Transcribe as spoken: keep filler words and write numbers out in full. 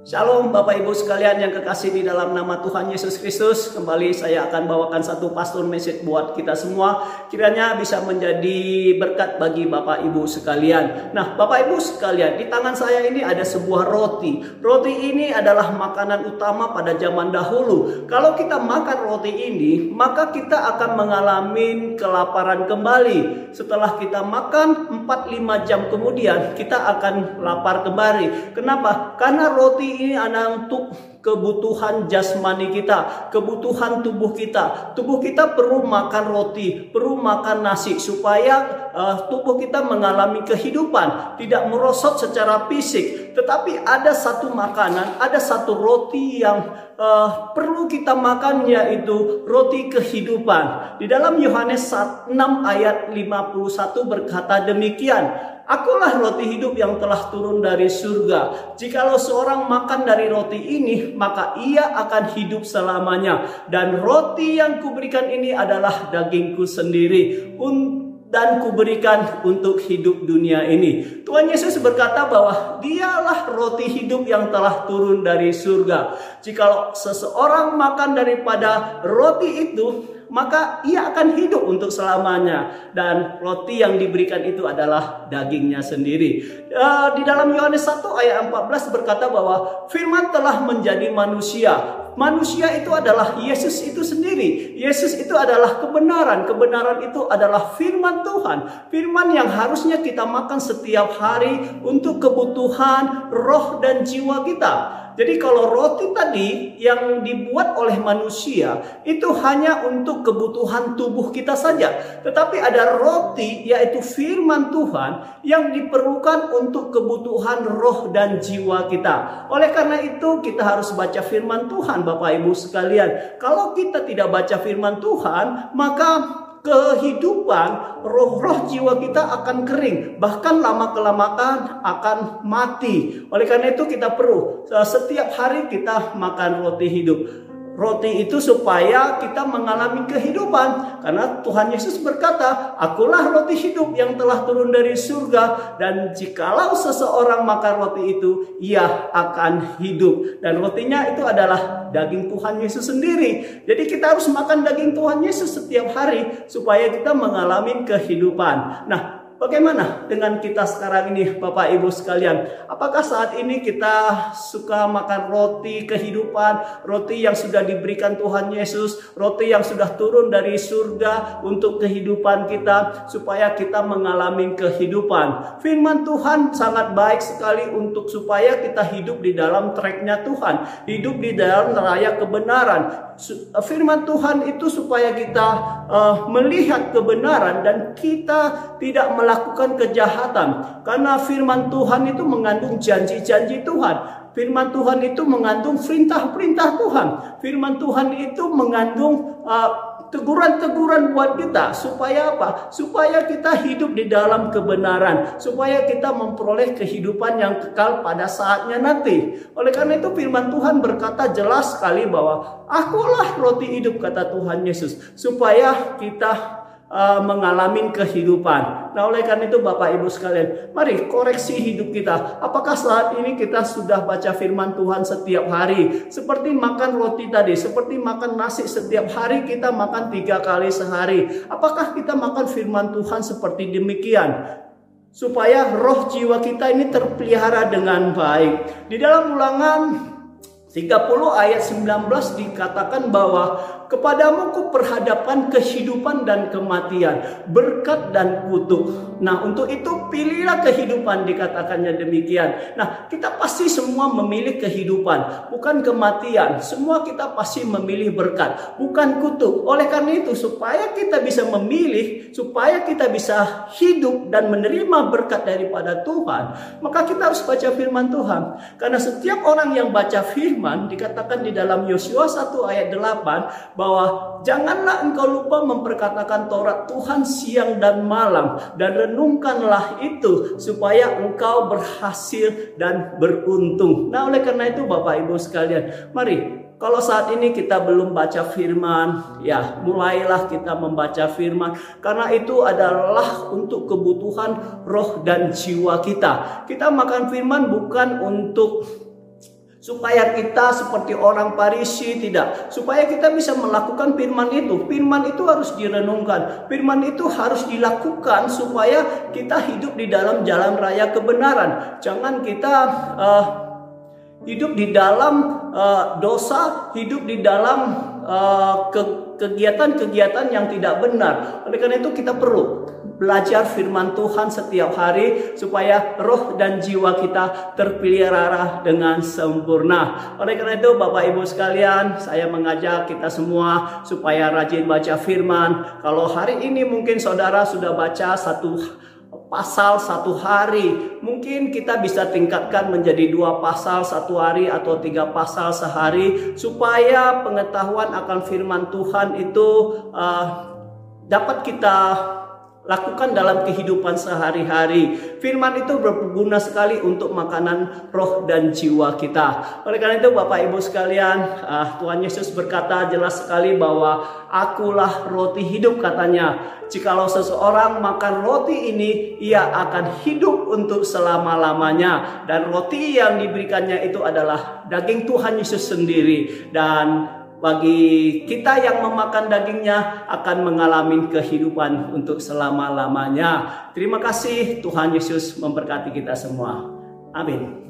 Shalom Bapak Ibu sekalian yang kekasih di dalam nama Tuhan Yesus Kristus. Kembali saya akan bawakan satu pastor message buat kita semua. Kiranya bisa menjadi berkat bagi Bapak Ibu sekalian. Nah Bapak Ibu sekalian, di tangan saya ini ada sebuah roti. Roti ini adalah makanan utama pada zaman dahulu. Kalau kita makan roti ini, maka kita akan mengalami kelaparan kembali. Setelah kita makan empat lima jam kemudian, kita akan lapar kembali. Kenapa? Karena roti ini adalah untuk kebutuhan jasmani kita, kebutuhan tubuh kita. Tubuh kita perlu makan roti, perlu makan nasi supaya uh, tubuh kita mengalami kehidupan, tidak merosot secara fisik. Tetapi ada satu makanan, ada satu roti yang uh, perlu kita makan, yaitu roti kehidupan. Di dalam Yohanes enam ayat lima puluh satu berkata demikian, "Akulah roti hidup yang telah turun dari surga. Jikalau seorang makan dari roti ini, maka ia akan hidup selamanya. Dan roti yang kuberikan ini adalah dagingku sendiri, dan kuberikan untuk hidup dunia ini." Tuhan Yesus berkata bahwa dialah roti hidup yang telah turun dari surga. Jikalau seseorang makan daripada roti itu, maka ia akan hidup untuk selamanya. Dan roti yang diberikan itu adalah dagingnya sendiri. Uh, di dalam Yohanes satu ayat empat belas berkata bahwa firman telah menjadi manusia. Manusia itu adalah Yesus itu sendiri. Yesus itu adalah kebenaran. Kebenaran itu adalah firman Tuhan. Firman yang harusnya kita makan setiap hari untuk kebutuhan roh dan jiwa kita. Jadi kalau roti tadi yang dibuat oleh manusia itu hanya untuk kebutuhan tubuh kita saja. Tetapi ada roti yaitu firman Tuhan yang diperlukan untuk kebutuhan roh dan jiwa kita. Oleh karena itu kita harus baca firman Tuhan Bapak Ibu sekalian. Kalau kita tidak baca firman Tuhan, maka kehidupan roh-roh jiwa kita akan kering, bahkan lama-kelamaan akan mati. Oleh karena itu kita perlu setiap hari kita makan roti hidup. Roti itu supaya kita mengalami kehidupan. Karena Tuhan Yesus berkata, "Akulah roti hidup yang telah turun dari surga. Dan jikalau seseorang makan roti itu, ia akan hidup." Dan rotinya itu adalah daging Tuhan Yesus sendiri. Jadi kita harus makan daging Tuhan Yesus setiap hari supaya kita mengalami kehidupan. Nah, bagaimana dengan kita sekarang ini Bapak Ibu sekalian? Apakah saat ini kita suka makan roti kehidupan, roti yang sudah diberikan Tuhan Yesus, roti yang sudah turun dari surga untuk kehidupan kita, supaya kita mengalami kehidupan? Firman Tuhan sangat baik sekali untuk supaya kita hidup di dalam tracknya Tuhan, hidup di dalam raya kebenaran. Firman Tuhan itu supaya kita uh, melihat kebenaran dan kita tidak melakukan kejahatan. Karena firman Tuhan itu mengandung janji-janji Tuhan. Firman Tuhan itu mengandung perintah-perintah Tuhan. Firman Tuhan itu mengandung uh, teguran-teguran buat kita. Supaya apa? Supaya kita hidup di dalam kebenaran. Supaya kita memperoleh kehidupan yang kekal pada saatnya nanti. Oleh karena itu firman Tuhan berkata jelas sekali bahwa "Akulah roti hidup," kata Tuhan Yesus. Supaya kita Uh, mengalami kehidupan. Nah, oleh karena itu Bapak Ibu sekalian, mari koreksi hidup kita. Apakah saat ini kita sudah baca firman Tuhan setiap hari? Seperti makan roti tadi, seperti makan nasi setiap hari, kita makan tiga kali sehari. Apakah kita makan firman Tuhan seperti demikian? Supaya roh jiwa kita ini terpelihara dengan baik. Di dalam Ulangan tiga puluh ayat sembilan belas dikatakan bahwa "Kepadamu kuperhadapkan kehidupan dan kematian, berkat dan kutuk." Nah, untuk itu pilihlah kehidupan, dikatakannya demikian. Nah, kita pasti semua memilih kehidupan, bukan kematian. Semua kita pasti memilih berkat, bukan kutuk. Oleh karena itu, supaya kita bisa memilih, supaya kita bisa hidup dan menerima berkat daripada Tuhan, maka kita harus baca firman Tuhan. Karena setiap orang yang baca firman, dikatakan di dalam Yosua satu ayat delapan, bahwa "Janganlah engkau lupa memperkatakan Taurat Tuhan siang dan malam, dan renungkanlah itu supaya engkau berhasil dan beruntung." Nah, oleh karena itu Bapak Ibu sekalian, mari kalau saat ini kita belum baca firman, ya mulailah kita membaca firman. Karena itu adalah untuk kebutuhan roh dan jiwa kita. Kita makan firman bukan untuk Supaya kita seperti orang Farisi, tidak. Supaya kita bisa melakukan firman itu. Firman itu harus direnungkan. Firman itu harus dilakukan supaya kita hidup di dalam jalan raya kebenaran. Jangan kita uh, hidup di dalam uh, dosa, hidup di dalam uh, kegiatan-kegiatan yang tidak benar. Oleh karena itu kita perlu belajar firman Tuhan setiap hari supaya roh dan jiwa kita terpelihara dengan sempurna. Oleh karena itu Bapak Ibu sekalian, saya mengajak kita semua supaya rajin baca firman. Kalau hari ini mungkin saudara sudah baca satu pasal satu hari, mungkin kita bisa tingkatkan menjadi dua pasal satu hari atau tiga pasal sehari, supaya pengetahuan akan firman Tuhan itu uh, dapat kita lakukan dalam kehidupan sehari-hari. Firman itu berguna sekali untuk makanan roh dan jiwa kita. Oleh karena itu Bapak Ibu sekalian, uh, Tuhan Yesus berkata jelas sekali bahwa akulah roti hidup, katanya. Jikalau seseorang makan roti ini, ia akan hidup untuk selama-lamanya. Dan roti yang diberikannya itu adalah daging Tuhan Yesus sendiri. Dan bagi kita yang memakan dagingnya akan mengalami kehidupan untuk selama-lamanya. Terima kasih, Tuhan Yesus memberkati kita semua. Amin.